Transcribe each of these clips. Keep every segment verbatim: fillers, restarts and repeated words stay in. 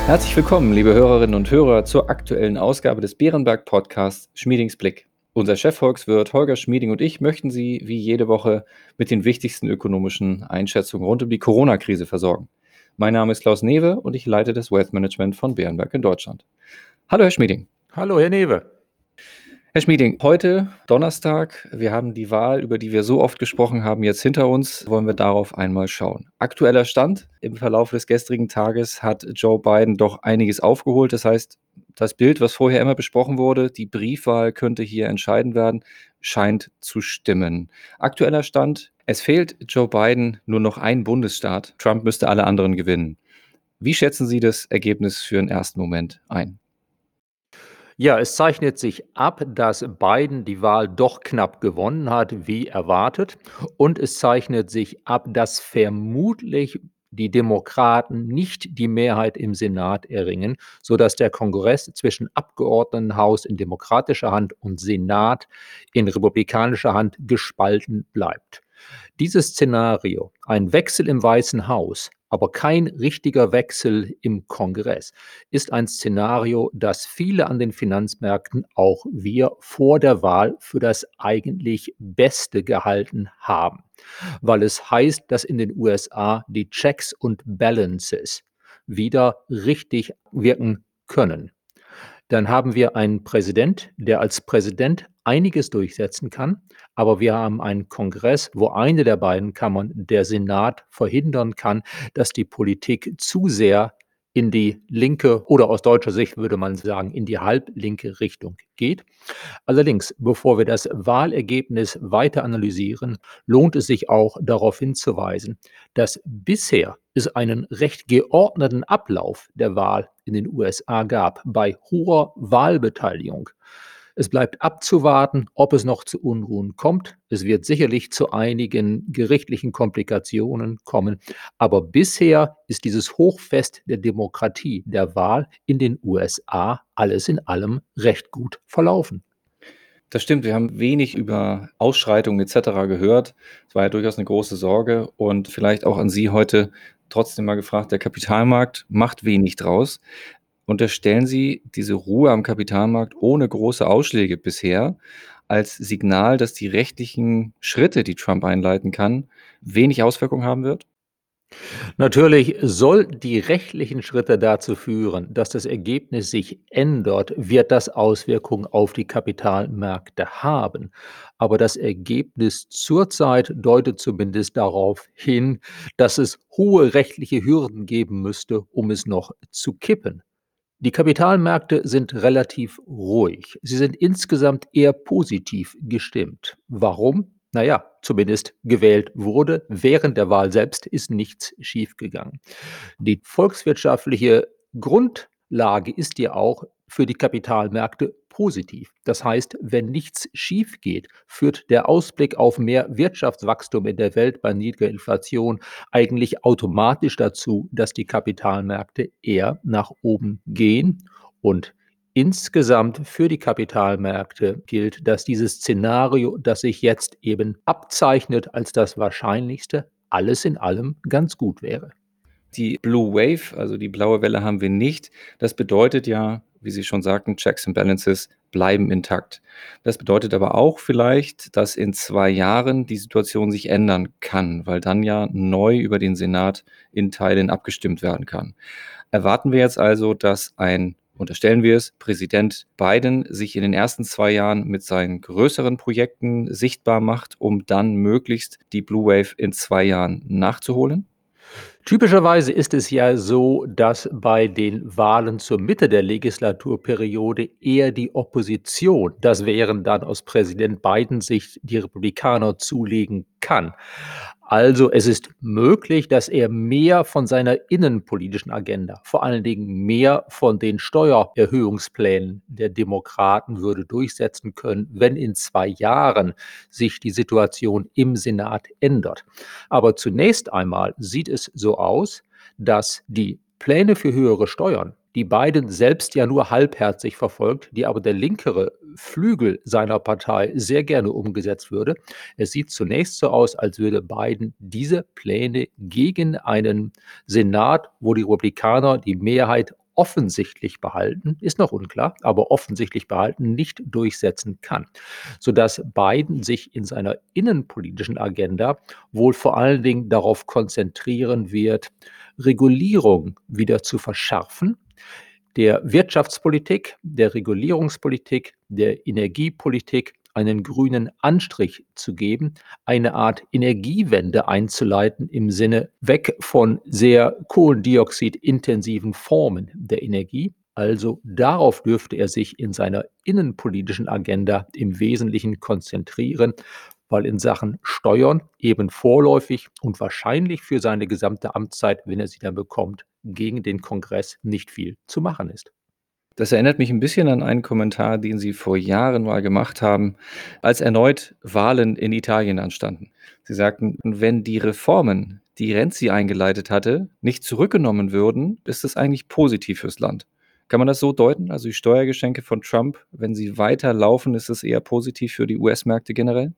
Herzlich willkommen, liebe Hörerinnen und Hörer, zur aktuellen Ausgabe des Bärenberg-Podcasts Schmiedings Blick. Unser Chefvolkswirt Holger Schmieding und ich möchten Sie wie jede Woche mit den wichtigsten ökonomischen Einschätzungen rund um die Corona-Krise versorgen. Mein Name ist Klaus Newe und ich leite das Wealth Management von Bärenberg in Deutschland. Hallo, Herr Schmieding. Hallo, Herr Newe. Herr Schmieding, heute Donnerstag, wir haben die Wahl, über die wir so oft gesprochen haben, jetzt hinter uns, wollen wir darauf einmal schauen. Aktueller Stand: Im Verlauf des gestrigen Tages hat Joe Biden doch einiges aufgeholt. Das heißt, das Bild, was vorher immer besprochen wurde, die Briefwahl könnte hier entscheidend werden, scheint zu stimmen. Aktueller Stand: Es fehlt Joe Biden nur noch ein Bundesstaat. Trump müsste alle anderen gewinnen. Wie schätzen Sie das Ergebnis für den ersten Moment ein? Ja, es zeichnet sich ab, dass Biden die Wahl doch knapp gewonnen hat, wie erwartet. Und es zeichnet sich ab, dass vermutlich die Demokraten nicht die Mehrheit im Senat erringen, sodass der Kongress zwischen Abgeordnetenhaus in demokratischer Hand und Senat in republikanischer Hand gespalten bleibt. Dieses Szenario, ein Wechsel im Weißen Haus, aber kein richtiger Wechsel im Kongress, ist ein Szenario, das viele an den Finanzmärkten, auch wir, vor der Wahl für das eigentlich Beste gehalten haben, weil es heißt, dass in den U S A die Checks und Balances wieder richtig wirken können. Dann haben wir einen Präsident, der als Präsident einiges durchsetzen kann, aber wir haben einen Kongress, wo eine der beiden Kammern, der Senat, verhindern kann, dass die Politik zu sehr in die linke oder aus deutscher Sicht würde man sagen, in die halblinke Richtung geht. Allerdings, bevor wir das Wahlergebnis weiter analysieren, lohnt es sich auch darauf hinzuweisen, dass bisher es einen recht geordneten Ablauf der Wahl in den U S A gab, bei hoher Wahlbeteiligung. Es bleibt abzuwarten, ob es noch zu Unruhen kommt. Es wird sicherlich zu einigen gerichtlichen Komplikationen kommen. Aber bisher ist dieses Hochfest der Demokratie, der Wahl in den U S A, alles in allem recht gut verlaufen. Das stimmt, wir haben wenig über Ausschreitungen et cetera gehört. Es war ja durchaus eine große Sorge und vielleicht auch an Sie heute trotzdem mal gefragt: Der Kapitalmarkt macht wenig draus. Unterstellen Sie diese Ruhe am Kapitalmarkt ohne große Ausschläge bisher als Signal, dass die rechtlichen Schritte, die Trump einleiten kann, wenig Auswirkungen haben wird? Natürlich soll die rechtlichen Schritte dazu führen, dass das Ergebnis sich ändert, wird das Auswirkungen auf die Kapitalmärkte haben. Aber das Ergebnis zurzeit deutet zumindest darauf hin, dass es hohe rechtliche Hürden geben müsste, um es noch zu kippen. Die Kapitalmärkte sind relativ ruhig. Sie sind insgesamt eher positiv gestimmt. Warum? Na ja, zumindest gewählt wurde. Während der Wahl selbst ist nichts schiefgegangen. Die volkswirtschaftliche Grundlage ist ja auch für die Kapitalmärkte positiv. Das heißt, wenn nichts schief geht, führt der Ausblick auf mehr Wirtschaftswachstum in der Welt bei niedriger Inflation eigentlich automatisch dazu, dass die Kapitalmärkte eher nach oben gehen. Und insgesamt für die Kapitalmärkte gilt, dass dieses Szenario, das sich jetzt eben abzeichnet als das Wahrscheinlichste, alles in allem ganz gut wäre. Die Blue Wave, also die blaue Welle, haben wir nicht. Das bedeutet ja, wie Sie schon sagten, Checks and Balances bleiben intakt. Das bedeutet aber auch vielleicht, dass in zwei Jahren die Situation sich ändern kann, weil dann ja neu über den Senat in Teilen abgestimmt werden kann. Erwarten wir jetzt also, dass ein, unterstellen wir es, Präsident Biden sich in den ersten zwei Jahren mit seinen größeren Projekten sichtbar macht, um dann möglichst die Blue Wave in zwei Jahren nachzuholen? Typischerweise ist es ja so, dass bei den Wahlen zur Mitte der Legislaturperiode eher die Opposition, das wären dann aus Präsident Bidens Sicht die Republikaner, zulegen kann. Also es ist möglich, dass er mehr von seiner innenpolitischen Agenda, vor allen Dingen mehr von den Steuererhöhungsplänen der Demokraten würde durchsetzen können, wenn in zwei Jahren sich die Situation im Senat ändert. Aber zunächst einmal sieht es so aus, dass die Pläne für höhere Steuern, die Biden selbst ja nur halbherzig verfolgt, die aber der linkere Flügel seiner Partei sehr gerne umgesetzt würde. Es sieht zunächst so aus, als würde Biden diese Pläne gegen einen Senat, wo die Republikaner die Mehrheit offensichtlich behalten, ist noch unklar, aber offensichtlich behalten, nicht durchsetzen kann, sodass Biden sich in seiner innenpolitischen Agenda wohl vor allen Dingen darauf konzentrieren wird, Regulierung wieder zu verschärfen, der Wirtschaftspolitik, der Regulierungspolitik, der Energiepolitik einen grünen Anstrich zu geben, eine Art Energiewende einzuleiten im Sinne weg von sehr kohlendioxidintensiven Formen der Energie. Also darauf dürfte er sich in seiner innenpolitischen Agenda im Wesentlichen konzentrieren, weil in Sachen Steuern eben vorläufig und wahrscheinlich für seine gesamte Amtszeit, wenn er sie dann bekommt, gegen den Kongress nicht viel zu machen ist. Das erinnert mich ein bisschen an einen Kommentar, den Sie vor Jahren mal gemacht haben, als erneut Wahlen in Italien anstanden. Sie sagten: „Wenn die Reformen, die Renzi eingeleitet hatte, nicht zurückgenommen würden, ist es eigentlich positiv fürs Land.“ Kann man das so deuten? Also, die Steuergeschenke von Trump, wenn sie weiterlaufen, ist es eher positiv für die U S-Märkte generell?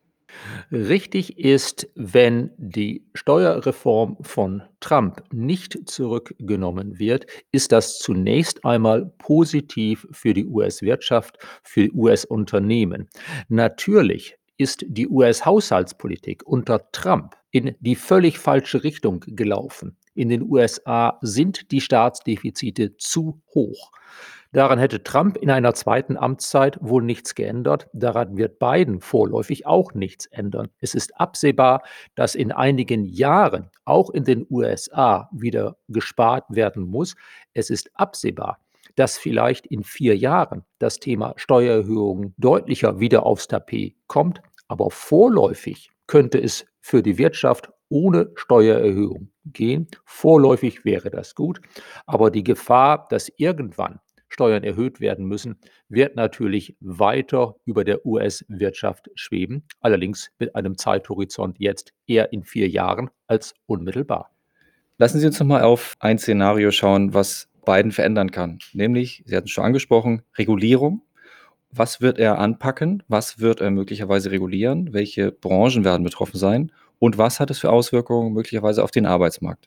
Richtig ist, wenn die Steuerreform von Trump nicht zurückgenommen wird, ist das zunächst einmal positiv für die U S-Wirtschaft, für U S-Unternehmen. Natürlich ist die U S-Haushaltspolitik unter Trump in die völlig falsche Richtung gelaufen. In den U S A sind die Staatsdefizite zu hoch. Daran hätte Trump in einer zweiten Amtszeit wohl nichts geändert. Daran wird Biden vorläufig auch nichts ändern. Es ist absehbar, dass in einigen Jahren auch in den U S A wieder gespart werden muss. Es ist absehbar, dass vielleicht in vier Jahren das Thema Steuererhöhungen deutlicher wieder aufs Tapet kommt. Aber vorläufig könnte es für die Wirtschaft ohne Steuererhöhung gehen. Vorläufig wäre das gut. Aber die Gefahr, dass irgendwann Steuern erhöht werden müssen, wird natürlich weiter über der U S-Wirtschaft schweben, allerdings mit einem Zeithorizont jetzt eher in vier Jahren als unmittelbar. Lassen Sie uns noch mal auf ein Szenario schauen, was Biden verändern kann, nämlich, Sie hatten es schon angesprochen, Regulierung. Was wird er anpacken? Was wird er möglicherweise regulieren? Welche Branchen werden betroffen sein? Und was hat es für Auswirkungen möglicherweise auf den Arbeitsmarkt?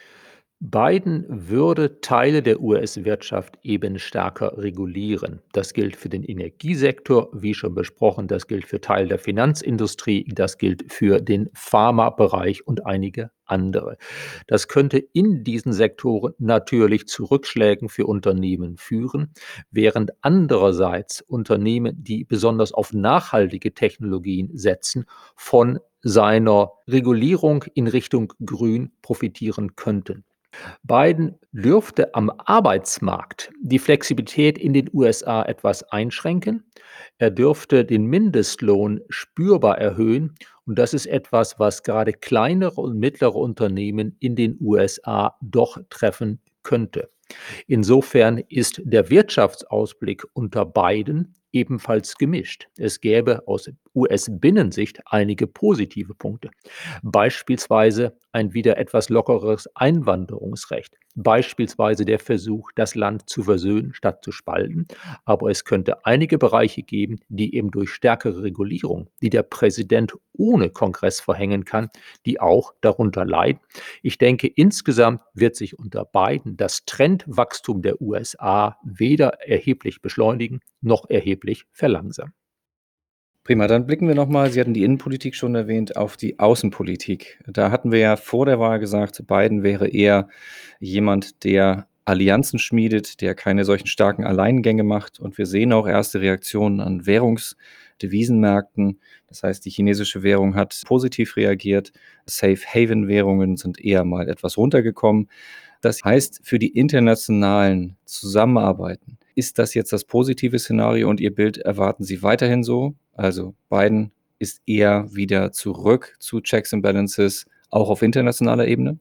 Biden würde Teile der U S-Wirtschaft eben stärker regulieren. Das gilt für den Energiesektor, wie schon besprochen, das gilt für Teile der Finanzindustrie, das gilt für den Pharmabereich und einige andere. Das könnte in diesen Sektoren natürlich zu Rückschlägen für Unternehmen führen, während andererseits Unternehmen, die besonders auf nachhaltige Technologien setzen, von seiner Regulierung in Richtung Grün profitieren könnten. Biden dürfte am Arbeitsmarkt die Flexibilität in den U S A etwas einschränken. Er dürfte den Mindestlohn spürbar erhöhen. Und das ist etwas, was gerade kleinere und mittlere Unternehmen in den U S A doch treffen könnte. Insofern ist der Wirtschaftsausblick unter Biden ebenfalls gemischt. Es gäbe aus U S-Binnensicht einige positive Punkte. Beispielsweise ein wieder etwas lockeres Einwanderungsrecht. Beispielsweise der Versuch, das Land zu versöhnen statt zu spalten. Aber es könnte einige Bereiche geben, die eben durch stärkere Regulierung, die der Präsident ohne Kongress verhängen kann, die auch darunter leiden. Ich denke, insgesamt wird sich unter Biden das Trendwachstum der U S A weder erheblich beschleunigen noch erheblich verlangsamen. Prima, dann blicken wir noch mal, Sie hatten die Innenpolitik schon erwähnt, auf die Außenpolitik. Da hatten wir ja vor der Wahl gesagt, Biden wäre eher jemand, der Allianzen schmiedet, der keine solchen starken Alleingänge macht. Und wir sehen auch erste Reaktionen an Währungs-, Devisenmärkten. Das heißt, die chinesische Währung hat positiv reagiert. Safe-Haven-Währungen sind eher mal etwas runtergekommen. Das heißt, für die internationalen Zusammenarbeiten ist das jetzt das positive Szenario und Ihr Bild erwarten Sie weiterhin so? Also Biden ist eher wieder zurück zu Checks and Balances, auch auf internationaler Ebene?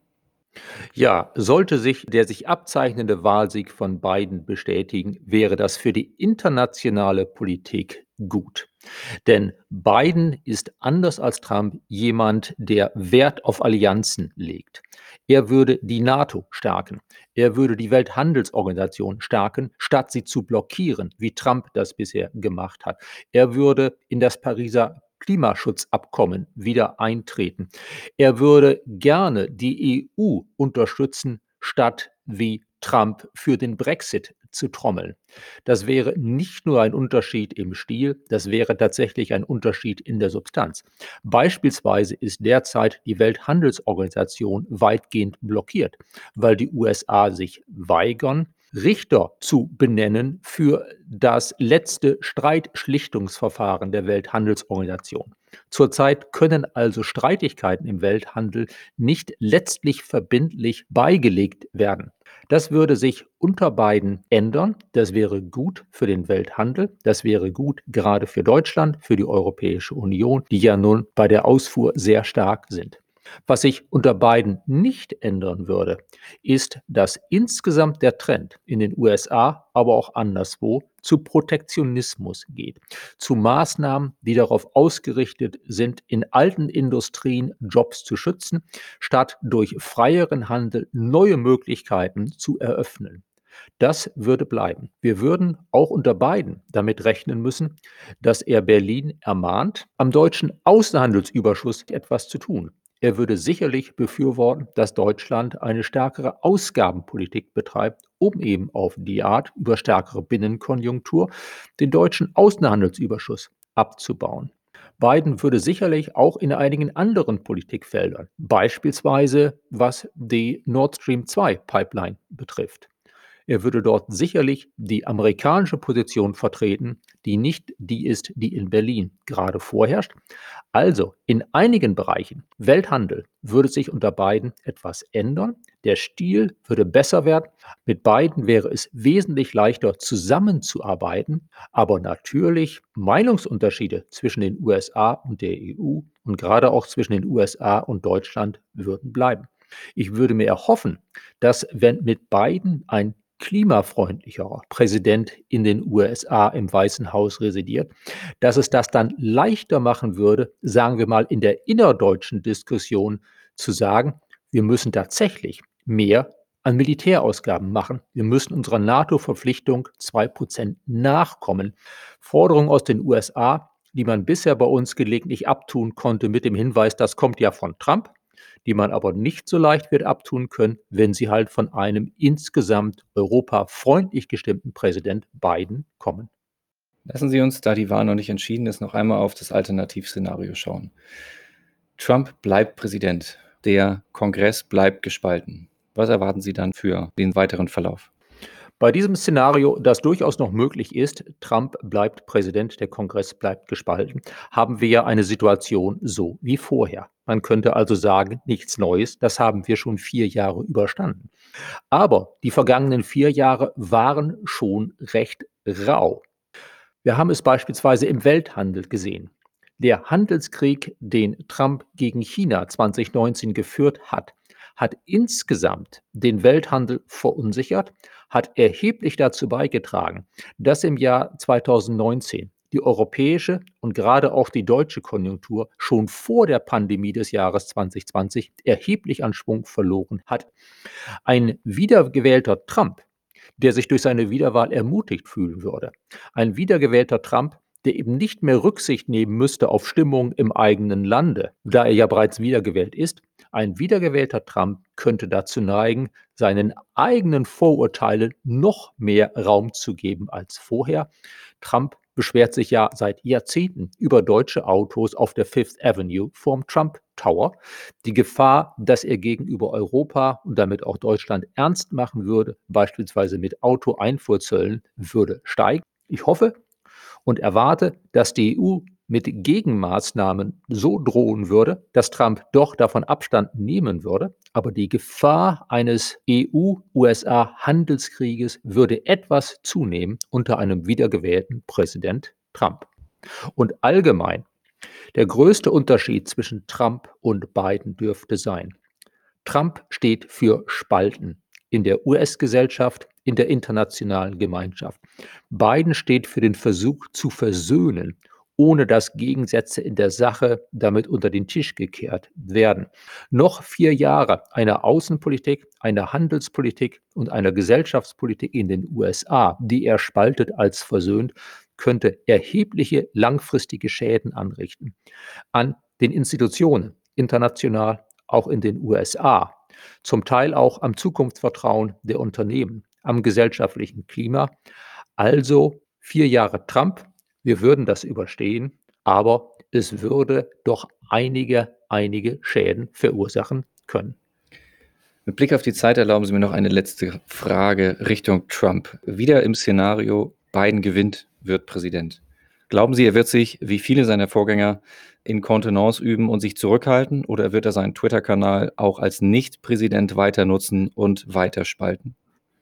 Ja, sollte sich der sich abzeichnende Wahlsieg von Biden bestätigen, wäre das für die internationale Politik gut. Denn Biden ist anders als Trump jemand, der Wert auf Allianzen legt. Er würde die NATO stärken. Er würde die Welthandelsorganisation stärken, statt sie zu blockieren, wie Trump das bisher gemacht hat. Er würde in das Pariser Klimaschutzabkommen wieder eintreten. Er würde gerne die E U unterstützen, statt wie Trump für den Brexit zu trommeln. Das wäre nicht nur ein Unterschied im Stil, das wäre tatsächlich ein Unterschied in der Substanz. Beispielsweise ist derzeit die Welthandelsorganisation weitgehend blockiert, weil die U S A sich weigern, Richter zu benennen für das letzte Streitschlichtungsverfahren der Welthandelsorganisation. Zurzeit können also Streitigkeiten im Welthandel nicht letztlich verbindlich beigelegt werden. Das würde sich unter beiden ändern. Das wäre gut für den Welthandel. Das wäre gut gerade für Deutschland, für die Europäische Union, die ja nun bei der Ausfuhr sehr stark sind. Was sich unter beiden nicht ändern würde, ist, dass insgesamt der Trend in den U S A, aber auch anderswo, zu Protektionismus geht, zu Maßnahmen, die darauf ausgerichtet sind, in alten Industrien Jobs zu schützen, statt durch freieren Handel neue Möglichkeiten zu eröffnen. Das würde bleiben. Wir würden auch unter Biden damit rechnen müssen, dass er Berlin ermahnt, am deutschen Außenhandelsüberschuss etwas zu tun. Er würde sicherlich befürworten, dass Deutschland eine stärkere Ausgabenpolitik betreibt, um eben auf die Art über stärkere Binnenkonjunktur den deutschen Außenhandelsüberschuss abzubauen. Biden würde sicherlich auch in einigen anderen Politikfeldern, beispielsweise was die Nord Stream zwei Pipeline betrifft, er würde dort sicherlich die amerikanische Position vertreten, die nicht die ist, die in Berlin gerade vorherrscht. Also in einigen Bereichen Welthandel würde sich unter Biden etwas ändern. Der Stil würde besser werden. Mit Biden wäre es wesentlich leichter zusammenzuarbeiten. Aber natürlich Meinungsunterschiede zwischen den U S A und der E U und gerade auch zwischen den U S A und Deutschland würden bleiben. Ich würde mir erhoffen, dass wenn mit Biden ein klimafreundlicherer Präsident in den U S A im Weißen Haus residiert, dass es das dann leichter machen würde, sagen wir mal in der innerdeutschen Diskussion zu sagen, wir müssen tatsächlich mehr an Militärausgaben machen. Wir müssen unserer NATO-Verpflichtung zwei Prozent nachkommen. Forderungen aus den U S A, die man bisher bei uns gelegentlich abtun konnte mit dem Hinweis, das kommt ja von Trump, die man aber nicht so leicht wird abtun können, wenn sie halt von einem insgesamt europafreundlich gestimmten Präsident Biden kommen. Lassen Sie uns, da die Wahl noch nicht entschieden ist, noch einmal auf das Alternativszenario schauen. Trump bleibt Präsident. Der Kongress bleibt gespalten. Was erwarten Sie dann für den weiteren Verlauf? Bei diesem Szenario, das durchaus noch möglich ist, Trump bleibt Präsident, der Kongress bleibt gespalten, haben wir ja eine Situation so wie vorher. Man könnte also sagen, nichts Neues, das haben wir schon vier Jahre überstanden. Aber die vergangenen vier Jahre waren schon recht rau. Wir haben es beispielsweise im Welthandel gesehen. Der Handelskrieg, den Trump gegen China zwanzig neunzehn geführt hat, hat insgesamt den Welthandel verunsichert, hat erheblich dazu beigetragen, dass im Jahr zwanzig neunzehn die europäische und gerade auch die deutsche Konjunktur schon vor der Pandemie des Jahres zwanzig zwanzig erheblich an Schwung verloren hat. Ein wiedergewählter Trump, der sich durch seine Wiederwahl ermutigt fühlen würde, ein wiedergewählter Trump, der eben nicht mehr Rücksicht nehmen müsste auf Stimmung im eigenen Lande, da er ja bereits wiedergewählt ist. Ein wiedergewählter Trump könnte dazu neigen, seinen eigenen Vorurteilen noch mehr Raum zu geben als vorher. Trump beschwert sich ja seit Jahrzehnten über deutsche Autos auf der Fifth Avenue vorm Trump Tower. Die Gefahr, dass er gegenüber Europa und damit auch Deutschland ernst machen würde, beispielsweise mit Autoeinfuhrzöllen, würde steigen. Ich hoffe und erwarte, dass die E U mit Gegenmaßnahmen so drohen würde, dass Trump doch davon Abstand nehmen würde. Aber die Gefahr eines E U-U S A-Handelskrieges würde etwas zunehmen unter einem wiedergewählten Präsident Trump. Und allgemein, der größte Unterschied zwischen Trump und Biden dürfte sein: Trump steht für Spalten in der U S-Gesellschaft, in der internationalen Gemeinschaft. Biden steht für den Versuch zu versöhnen, ohne dass Gegensätze in der Sache damit unter den Tisch gekehrt werden. Noch vier Jahre einer Außenpolitik, einer Handelspolitik und einer Gesellschaftspolitik in den U S A, die er spaltet als versöhnt, könnte erhebliche langfristige Schäden anrichten an den Institutionen, international, auch in den U S A, zum Teil auch am Zukunftsvertrauen der Unternehmen, am gesellschaftlichen Klima. Also vier Jahre Trump, wir würden das überstehen, aber es würde doch einige, einige Schäden verursachen können. Mit Blick auf die Zeit erlauben Sie mir noch eine letzte Frage Richtung Trump. Wieder im Szenario, Biden gewinnt, wird Präsident. Glauben Sie, er wird sich, wie viele seiner Vorgänger, in Kontenance üben und sich zurückhalten, oder wird er seinen Twitter-Kanal auch als Nicht-Präsident weiter nutzen und weiter spalten?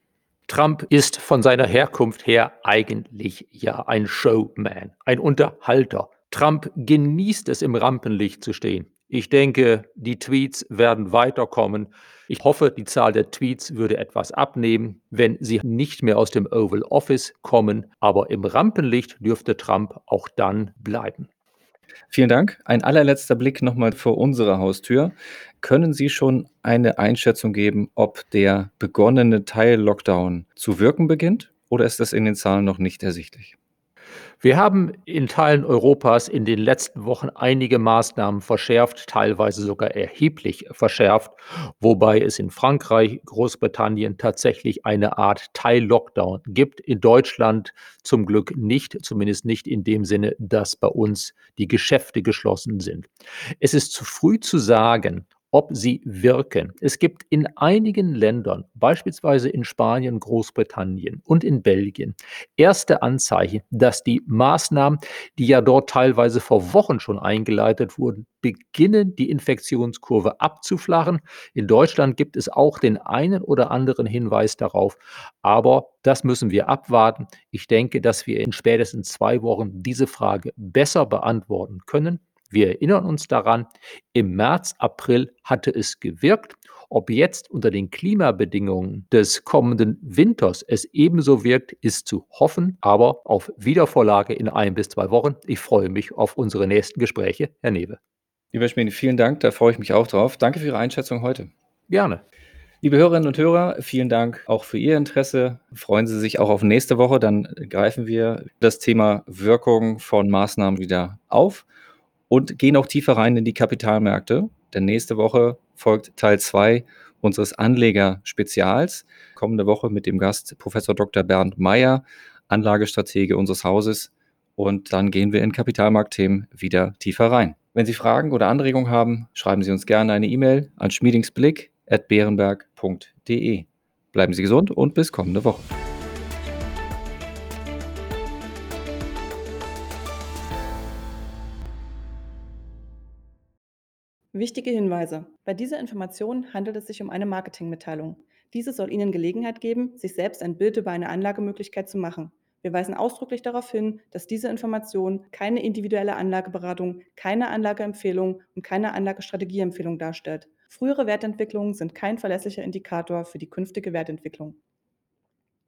Trump ist von seiner Herkunft her eigentlich ja ein Showman, ein Unterhalter. Trump genießt es, im Rampenlicht zu stehen. Ich denke, die Tweets werden weiterkommen. Ich hoffe, die Zahl der Tweets würde etwas abnehmen, wenn sie nicht mehr aus dem Oval Office kommen, aber im Rampenlicht dürfte Trump auch dann bleiben. Vielen Dank. Ein allerletzter Blick noch mal vor unsere Haustür. Können Sie schon eine Einschätzung geben, ob der begonnene Teil-Lockdown zu wirken beginnt, oder ist das in den Zahlen noch nicht ersichtlich? Wir haben in Teilen Europas in den letzten Wochen einige Maßnahmen verschärft, teilweise sogar erheblich verschärft, wobei es in Frankreich, Großbritannien tatsächlich eine Art Teil-Lockdown gibt. In Deutschland zum Glück nicht, zumindest nicht in dem Sinne, dass bei uns die Geschäfte geschlossen sind. Es ist zu früh zu sagen, ob sie wirken. Es gibt in einigen Ländern, beispielsweise in Spanien, Großbritannien und in Belgien, erste Anzeichen, dass die Maßnahmen, die ja dort teilweise vor Wochen schon eingeleitet wurden, beginnen, die Infektionskurve abzuflachen. In Deutschland gibt es auch den einen oder anderen Hinweis darauf, aber das müssen wir abwarten. Ich denke, dass wir in spätestens zwei Wochen diese Frage besser beantworten können. Wir erinnern uns daran, im März, April hatte es gewirkt. Ob jetzt unter den Klimabedingungen des kommenden Winters es ebenso wirkt, ist zu hoffen, aber auf Wiedervorlage in ein bis zwei Wochen. Ich freue mich auf unsere nächsten Gespräche, Herr Newe. Lieber Schmiede, vielen Dank, da freue ich mich auch drauf. Danke für Ihre Einschätzung heute. Gerne. Liebe Hörerinnen und Hörer, vielen Dank auch für Ihr Interesse. Freuen Sie sich auch auf nächste Woche, dann greifen wir das Thema Wirkung von Maßnahmen wieder auf und gehen auch tiefer rein in die Kapitalmärkte, denn nächste Woche folgt Teil zwei unseres Anleger-Spezials. Kommende Woche mit dem Gast Professor Doktor Bernd Meyer, Anlagestratege unseres Hauses, und dann gehen wir in Kapitalmarktthemen wieder tiefer rein. Wenn Sie Fragen oder Anregungen haben, schreiben Sie uns gerne eine E-Mail an schmiedingsblick at berenberg punkt de. Bleiben Sie gesund und bis kommende Woche. Wichtige Hinweise. Bei dieser Information handelt es sich um eine Marketingmitteilung. Diese soll Ihnen Gelegenheit geben, sich selbst ein Bild über eine Anlagemöglichkeit zu machen. Wir weisen ausdrücklich darauf hin, dass diese Information keine individuelle Anlageberatung, keine Anlageempfehlung und keine Anlagestrategieempfehlung darstellt. Frühere Wertentwicklungen sind kein verlässlicher Indikator für die künftige Wertentwicklung.